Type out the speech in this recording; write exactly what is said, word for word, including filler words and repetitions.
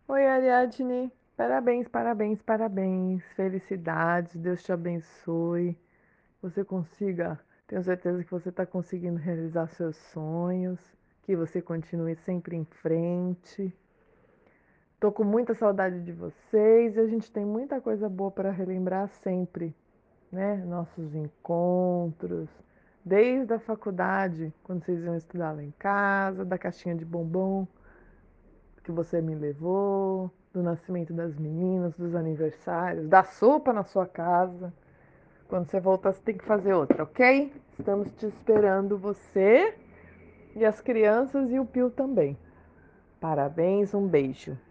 Oi, Ariadne. Parabéns, parabéns, parabéns. Felicidades, Deus te abençoe. Você consiga, tenho certeza que você está conseguindo realizar seus sonhos, que você continue sempre em frente. Tô com muita saudade de vocês e a gente tem muita coisa boa para relembrar sempre, né? Nossos encontros, desde a faculdade, quando vocês iam estudar lá em casa, da caixinha de bombom que você me levou, do nascimento das meninas, dos aniversários, da sopa na sua casa. Quando você voltar, você tem que fazer outra, ok? Estamos te esperando, você e as crianças e o Pio também. Parabéns, um beijo.